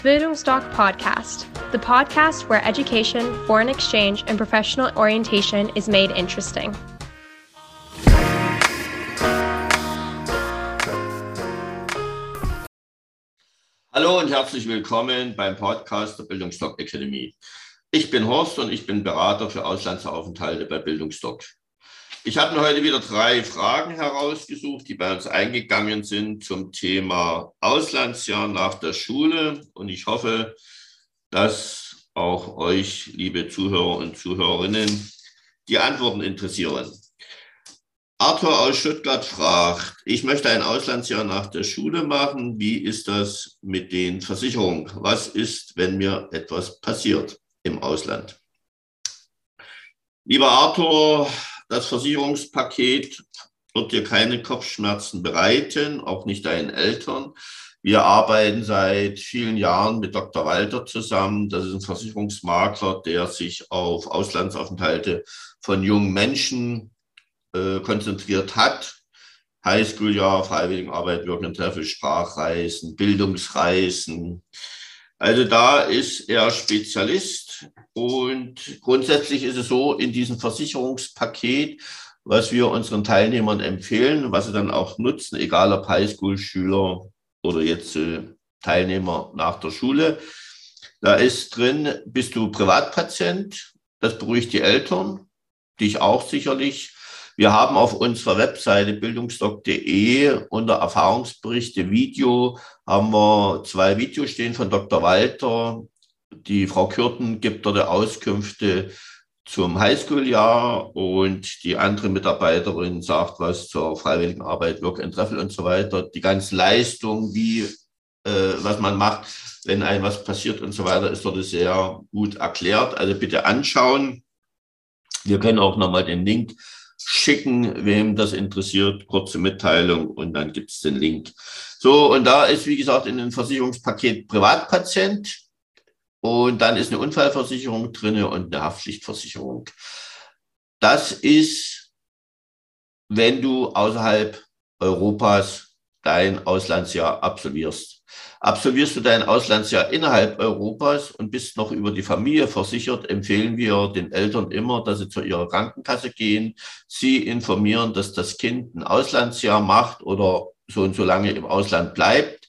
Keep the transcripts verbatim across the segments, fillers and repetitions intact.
Bildungsdoc Podcast, the podcast where education, foreign exchange, and professional orientation is made interesting. Hallo und herzlich willkommen beim Podcast der Bildungsdoc Academy. Ich bin Horst und ich bin Berater für Auslandsaufenthalte bei Bildungsdoc. Ich habe mir heute wieder drei Fragen herausgesucht, die bei uns eingegangen sind zum Thema Auslandsjahr nach der Schule. Und ich hoffe, dass auch euch, liebe Zuhörer und Zuhörerinnen, die Antworten interessieren. Arthur aus Stuttgart fragt, ich möchte ein Auslandsjahr nach der Schule machen. Wie ist das mit den Versicherungen? Was ist, wenn mir etwas passiert im Ausland? Lieber Arthur, das Versicherungspaket wird dir keine Kopfschmerzen bereiten, auch nicht deinen Eltern. Wir arbeiten seit vielen Jahren mit Doktor Walter zusammen. Das ist ein Versicherungsmakler, der sich auf Auslandsaufenthalte von jungen Menschen äh, konzentriert hat. Highschool-Jahr, Freiwilligenarbeit, Work and Travel, Sprachreisen, Bildungsreisen. Also da ist er Spezialist und grundsätzlich ist es so, in diesem Versicherungspaket, was wir unseren Teilnehmern empfehlen, was sie dann auch nutzen, egal ob Highschool-Schüler oder jetzt äh, Teilnehmer nach der Schule, da ist drin, bist du Privatpatient, das beruhigt die Eltern, dich auch sicherlich. Wir haben auf unserer Webseite bildungsdoc punkt de unter Erfahrungsberichte Video haben wir zwei Videos stehen von Doktor Walter. Die Frau Kürten gibt dort Auskünfte zum Highschool-Jahr und die andere Mitarbeiterin sagt was zur Freiwilligenarbeit, Work and Travel und so weiter. Die ganzen Leistungen, wie, äh, was man macht, wenn einem was passiert und so weiter, ist dort sehr gut erklärt. Also bitte anschauen. Wir können auch nochmal den Link schicken, wem das interessiert, kurze Mitteilung und dann gibt es den Link. So, und da ist, wie gesagt, in dem Versicherungspaket Privatpatient und dann ist eine Unfallversicherung drin und eine Haftpflichtversicherung. Das ist, wenn du außerhalb Europas dein Auslandsjahr absolvierst. Absolvierst du dein Auslandsjahr innerhalb Europas und bist noch über die Familie versichert, empfehlen wir den Eltern immer, dass sie zu ihrer Krankenkasse gehen, sie informieren, dass das Kind ein Auslandsjahr macht oder so und so lange im Ausland bleibt,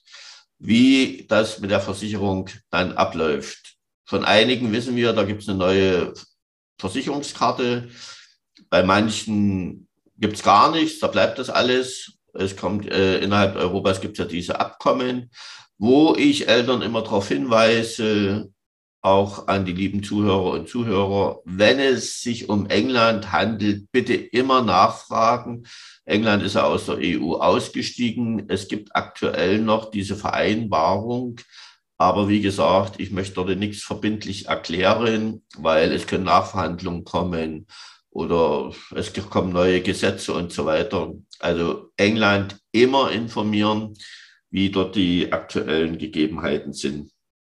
wie das mit der Versicherung dann abläuft. Von einigen wissen wir, da gibt es eine neue Versicherungskarte. Bei manchen gibt es gar nichts, da bleibt das alles. Es kommt äh, innerhalb Europas gibt es ja diese Abkommen, wo ich Eltern immer darauf hinweise, auch an die lieben Zuhörer und Zuhörer, wenn es sich um England handelt, bitte immer nachfragen. England ist ja aus der E U ausgestiegen. Es gibt aktuell noch diese Vereinbarung. Aber wie gesagt, ich möchte dort nichts verbindlich erklären, weil es können Nachverhandlungen kommen oder es kommen neue Gesetze und so weiter. Also England immer informieren, wie dort die aktuellen Gegebenheiten sind.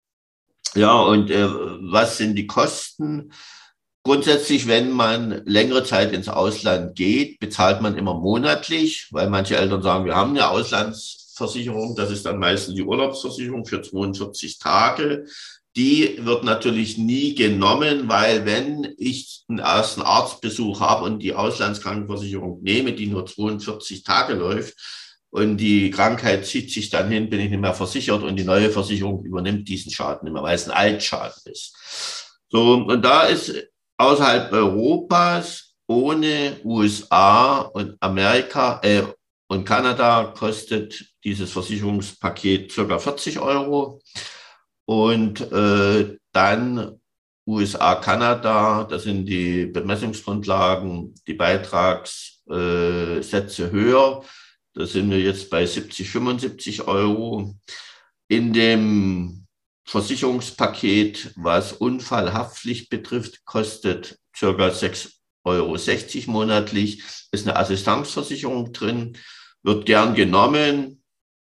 Ja, und äh, was sind die Kosten? Grundsätzlich, wenn man längere Zeit ins Ausland geht, bezahlt man immer monatlich, weil manche Eltern sagen, wir haben eine Auslandsversicherung, das ist dann meistens die Urlaubsversicherung für zweiundvierzig Tage. Die wird natürlich nie genommen, weil wenn ich einen ersten Arztbesuch habe und die Auslandskrankenversicherung nehme, die nur zweiundvierzig Tage läuft und die Krankheit zieht sich dann hin, bin ich nicht mehr versichert und die neue Versicherung übernimmt diesen Schaden nicht mehr, weil es ein Altschaden ist. So, und da ist außerhalb Europas ohne U S A und Amerika äh, und Kanada kostet dieses Versicherungspaket ca. vierzig Euro. Und äh, dann U S A, Kanada, das sind die Bemessungsgrundlagen, die Beitragssätze äh, höher. Da sind wir jetzt bei siebzig, fünfundsiebzig Euro. In dem Versicherungspaket, was Unfallhaftpflicht betrifft, kostet ca. sechs Euro sechzig monatlich. Ist eine Assistenzversicherung drin, wird gern genommen.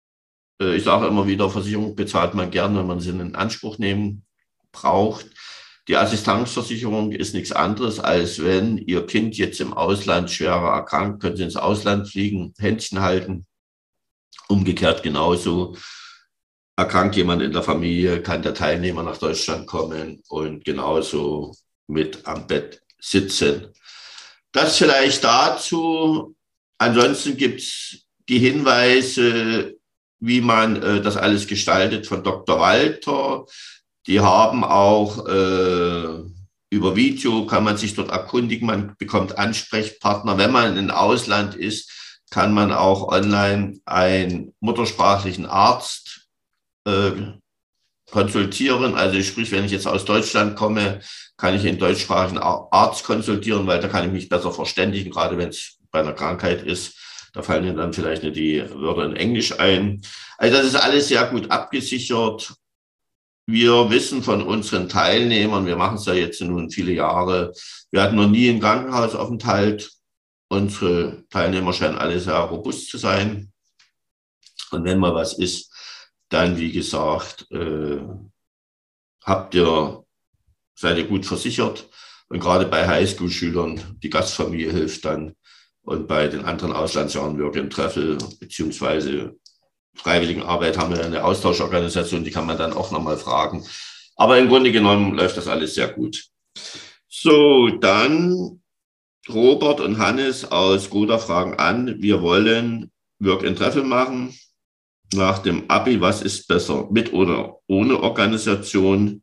Ich sage immer wieder, Versicherung bezahlt man gern, wenn man sie in Anspruch nehmen braucht. Die Assistenzversicherung ist nichts anderes, als wenn Ihr Kind jetzt im Ausland schwerer erkrankt, können Sie ins Ausland fliegen, Händchen halten. Umgekehrt genauso. erkrankt jemand in der Familie, kann der Teilnehmer nach Deutschland kommen und genauso mit am Bett sitzen. Das vielleicht dazu. Ansonsten gibt es die Hinweise, wie man äh, das alles gestaltet von Doktor Walter. Die haben auch äh, über Video, kann man sich dort erkundigen, man bekommt Ansprechpartner. Wenn man im Ausland ist, kann man auch online einen muttersprachlichen Arzt äh, konsultieren. Also sprich, wenn ich jetzt aus Deutschland komme, kann ich einen deutschsprachigen Arzt konsultieren, weil da kann ich mich besser verständigen, gerade wenn es bei einer Krankheit ist. Da fallen mir dann vielleicht nicht die Wörter in Englisch ein. Also das ist alles sehr gut abgesichert. Wir wissen von unseren Teilnehmern, wir machen es ja jetzt nun viele Jahre, wir hatten noch nie einen Krankenhausaufenthalt. Unsere Teilnehmer scheinen alle sehr robust zu sein. Und wenn mal was ist, dann, wie gesagt, äh, habt ihr, seid ihr gut versichert. Und gerade bei Highschool-Schülern, die Gastfamilie hilft dann. Und bei den anderen Auslandsjahren, Work and Travel, beziehungsweise Freiwilligenarbeit, haben wir eine Austauschorganisation, die kann man dann auch nochmal fragen. Aber im Grunde genommen läuft das alles sehr gut. So, dann Robert und Hannes aus Goda fragen an, wir wollen Work and Travel machen. Nach dem Abi, was ist besser, mit oder ohne Organisation?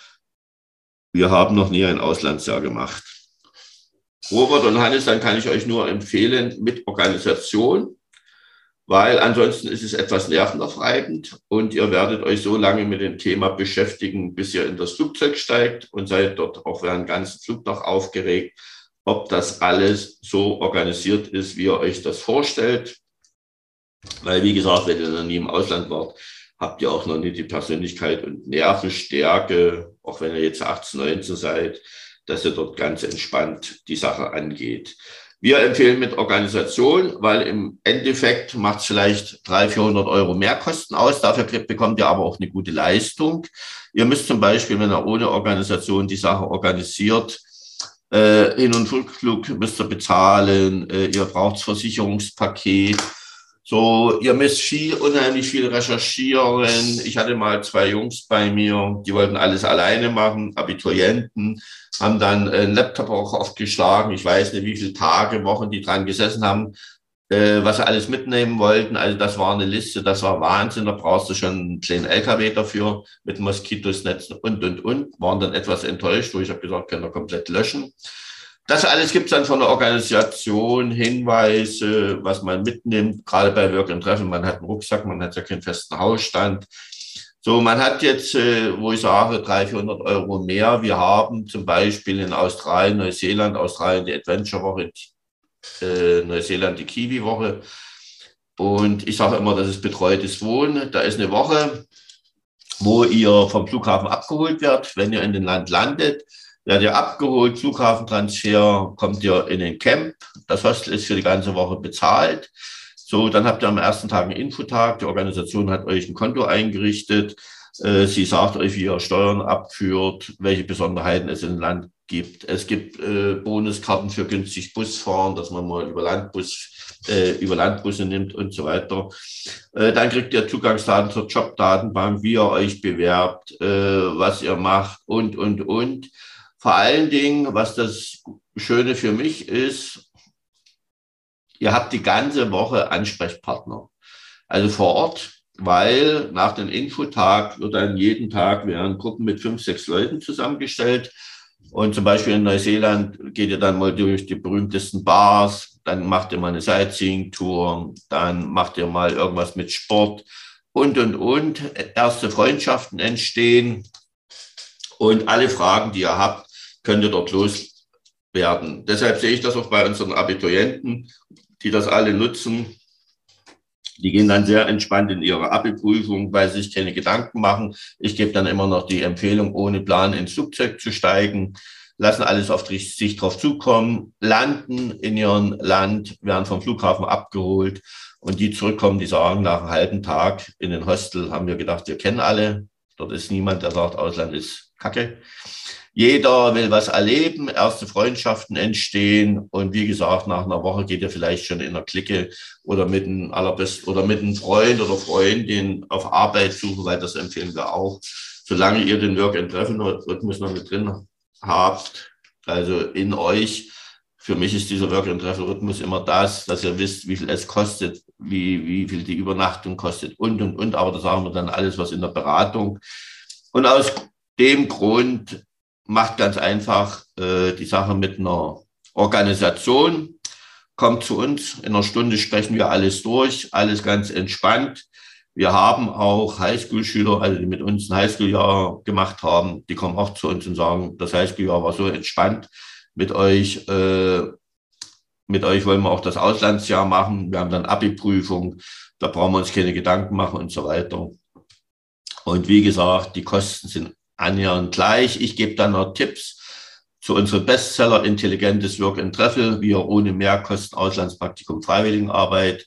Wir haben noch nie ein Auslandsjahr gemacht. Robert und Hannes, dann kann ich euch nur empfehlen, mit Organisation, weil ansonsten ist es etwas nervenaufreibend und ihr werdet euch so lange mit dem Thema beschäftigen, bis ihr in das Flugzeug steigt und seid dort auch während dem ganzen Flug noch aufgeregt, ob das alles so organisiert ist, wie ihr euch das vorstellt. Weil, wie gesagt, wenn ihr noch nie im Ausland wart, habt ihr auch noch nicht die Persönlichkeit und Nervenstärke, auch wenn ihr jetzt achtzehn, neunzehn seid, dass ihr dort ganz entspannt die Sache angeht. Wir empfehlen mit Organisation, weil im Endeffekt macht es vielleicht dreihundert, vierhundert Euro Mehrkosten aus. Dafür bekommt ihr aber auch eine gute Leistung. Ihr müsst zum Beispiel, wenn ihr ohne Organisation die Sache organisiert, äh, Hin- und Rückflug müsst ihr bezahlen, äh, ihr braucht das Versicherungspaket. So, ihr müsst viel, unheimlich viel recherchieren. Ich hatte mal zwei Jungs bei mir, die wollten alles alleine machen, Abiturienten, haben dann einen Laptop auch aufgeschlagen. Ich weiß nicht, wie viele Tage, Wochen die dran gesessen haben, äh, was sie alles mitnehmen wollten. Also das war eine Liste, das war Wahnsinn. Da brauchst du schon einen kleinen L K W dafür mit Moskitosnetzen und, und, und. Waren dann etwas enttäuscht, wo ich habe gesagt, können wir komplett löschen. Das alles gibt es dann von der Organisation, Hinweise, was man mitnimmt, gerade bei Work and Travel. Man hat einen Rucksack, man hat ja keinen festen Hausstand. So, man hat jetzt, äh, wo ich sage, dreihundert, vierhundert Euro mehr. Wir haben zum Beispiel in Australien, Neuseeland, Australien die Adventure-Woche, äh, Neuseeland die Kiwi-Woche. Und ich sage immer, das ist betreutes Wohnen. Da ist eine Woche, wo ihr vom Flughafen abgeholt werdet, wenn ihr in den Land landet. Werdet ihr abgeholt, Flughafentransfer, kommt ihr in den Camp. Das Hostel ist für die ganze Woche bezahlt. So, dann habt ihr am ersten Tag einen Infotag. Die Organisation hat euch ein Konto eingerichtet. Äh, sie sagt euch, wie ihr Steuern abführt, welche Besonderheiten es im Land gibt. Es gibt äh, Bonuskarten für günstig Busfahren, dass man mal über Landbus, äh, über Landbusse nimmt und so weiter. Äh, dann kriegt ihr Zugangsdaten zur Jobdatenbank, wie ihr euch bewerbt, äh, was ihr macht und, und, und. Vor allen Dingen, was das Schöne für mich ist, ihr habt die ganze Woche Ansprechpartner. Also vor Ort, weil nach dem Infotag wird dann jeden Tag werden Gruppen mit fünf, sechs Leuten zusammengestellt. Und zum Beispiel in Neuseeland geht ihr dann mal durch die berühmtesten Bars, dann macht ihr mal eine Sightseeing-Tour, dann macht ihr mal irgendwas mit Sport und, und, und. Erste Freundschaften entstehen und alle Fragen, die ihr habt, könnt ihr dort loswerden. Deshalb sehe ich das auch bei unseren Abiturienten, die das alle nutzen. Die gehen dann sehr entspannt in ihre Abi-Prüfung, weil sie sich keine Gedanken machen. Ich gebe dann immer noch die Empfehlung, ohne Plan ins Flugzeug zu steigen, lassen alles auf sich drauf zukommen, landen in ihrem Land, werden vom Flughafen abgeholt und die zurückkommen, die sagen nach einem halben Tag in den Hostel, haben wir gedacht, wir kennen alle Dort ist niemand, der sagt, Ausland ist Kacke. Jeder will was erleben, erste Freundschaften entstehen und wie gesagt, nach einer Woche geht ihr vielleicht schon in einer Clique oder mit einem allerbest oder mit einem Freund oder Freundin auf Arbeit suchen, weil das empfehlen wir auch. Solange ihr den Work-and-Travel-Rhythmus noch mit drin habt, also in euch. Für mich ist dieser Work-and-Travel-Rhythmus immer das, dass ihr wisst, wie viel es kostet, wie, wie viel die Übernachtung kostet und, und, und. Aber das sagen wir dann alles, was in der Beratung. Und aus dem Grund macht ganz einfach äh, die Sache mit einer Organisation. Kommt zu uns, in einer Stunde sprechen wir alles durch, alles ganz entspannt. Wir haben auch Highschool-Schüler, also die mit uns ein Highschool-Jahr gemacht haben, die kommen auch zu uns und sagen, das Highschool-Jahr war so entspannt. Mit euch, äh, mit euch wollen wir auch das Auslandsjahr machen. Wir haben dann Abi-Prüfung, da brauchen wir uns keine Gedanken machen und so weiter. Und wie gesagt, die Kosten sind annähernd gleich. Ich gebe dann noch Tipps zu unserem Bestseller Intelligentes Work and Travel, wie ihr ohne Mehrkosten Auslandspraktikum Freiwilligenarbeit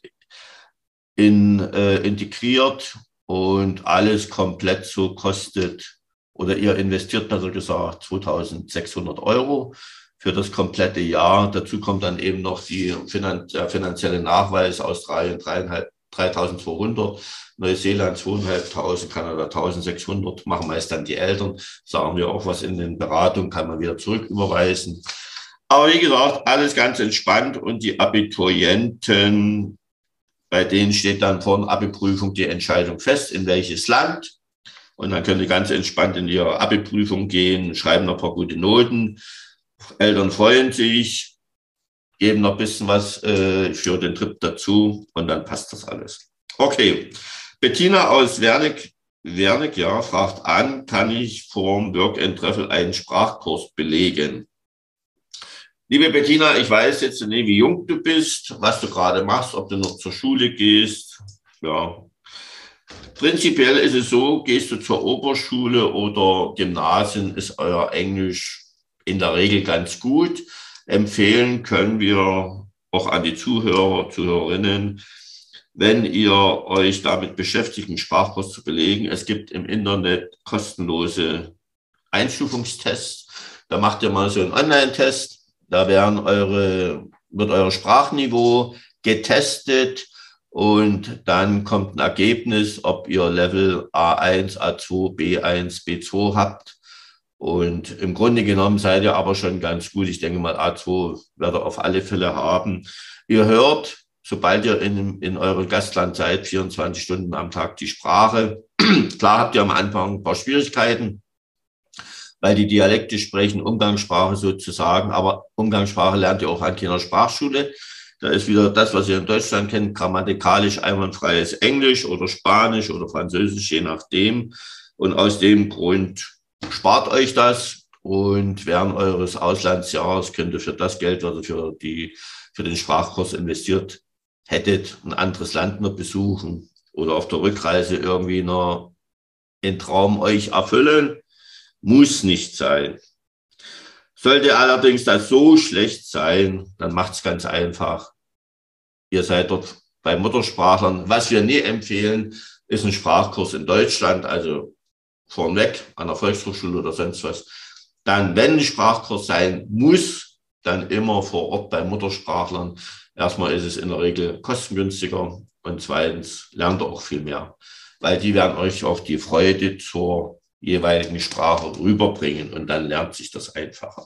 in, äh, integriert und alles komplett so kostet, oder ihr investiert besser gesagt zweitausendsechshundert Euro. Für das komplette Jahr. Dazu kommt dann eben noch die Finan der finanzielle Nachweis. Australien dreitausendzweihundert, Neuseeland zweitausendfünfhundert, Kanada eintausendsechshundert. Machen meist dann die Eltern. Sagen wir auch was in den Beratungen, kann man wieder zurücküberweisen. Aber wie gesagt, alles ganz entspannt und die Abiturienten, bei denen steht dann vor der Abi-Prüfung die Entscheidung fest, in welches Land. Und dann können die ganz entspannt in ihre Abi-Prüfung gehen, schreiben noch ein paar gute Noten. Eltern freuen sich, geben noch ein bisschen was äh, für den Trip dazu und dann passt das alles. Okay, Bettina aus Wernick, Wernick ja, fragt an, kann ich vorm Work and Travel einen Sprachkurs belegen? Liebe Bettina, ich weiß jetzt nicht, wie jung du bist, was du gerade machst, ob du noch zur Schule gehst. Ja. Prinzipiell ist es so, gehst du zur Oberschule oder Gymnasien, ist euer Englisch in der Regel ganz gut. Empfehlen können wir auch an die Zuhörer, Zuhörerinnen, wenn ihr euch damit beschäftigt, einen Sprachkurs zu belegen. Es gibt im Internet kostenlose Einstufungstests. Da macht ihr mal so einen Online-Test. Da werden eure, wird euer Sprachniveau getestet und dann kommt ein Ergebnis, ob ihr Level A eins, A zwei, B eins, B zwei habt. Und im Grunde genommen seid ihr aber schon ganz gut. Ich denke mal, A zwei werdet ihr auf alle Fälle haben. Ihr hört, sobald ihr in, in eurem Gastland seid, vierundzwanzig Stunden am Tag die Sprache. Klar habt ihr am Anfang ein paar Schwierigkeiten, weil die Dialekte sprechen, Umgangssprache sozusagen. Aber Umgangssprache lernt ihr auch an keiner Sprachschule. Da ist wieder das, was ihr in Deutschland kennt, grammatikalisch einwandfreies Englisch oder Spanisch oder Französisch, je nachdem. Und aus dem Grund spart euch das und während eures Auslandsjahres könnt ihr für das Geld, was ihr für, die, für den Sprachkurs investiert hättet, ein anderes Land noch besuchen oder auf der Rückreise irgendwie noch einen Traum euch erfüllen. Muss nicht sein. Sollte allerdings das so schlecht sein, dann macht es ganz einfach. Ihr seid dort bei Muttersprachlern. Was wir nie empfehlen, ist ein Sprachkurs in Deutschland, also vorneweg an der Volkshochschule oder sonst was. Dann, wenn ein Sprachkurs sein muss, dann immer vor Ort bei Muttersprachlern. Erstmal ist es in der Regel kostengünstiger und zweitens lernt ihr auch viel mehr, weil die werden euch auch die Freude zur jeweiligen Sprache rüberbringen und dann lernt sich das einfacher.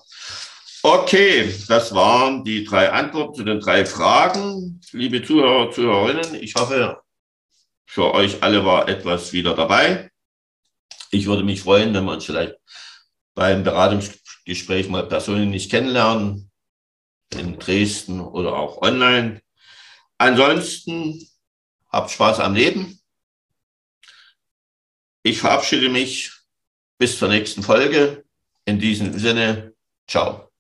Okay, das waren die drei Antworten zu den drei Fragen. Liebe Zuhörer, Zuhörerinnen, ich hoffe, für euch alle war etwas wieder dabei. Ich würde mich freuen, wenn wir uns vielleicht beim Beratungsgespräch mal persönlich kennenlernen, in Dresden oder auch online. Ansonsten habt Spaß am Leben. Ich verabschiede mich bis zur nächsten Folge. In diesem Sinne, ciao.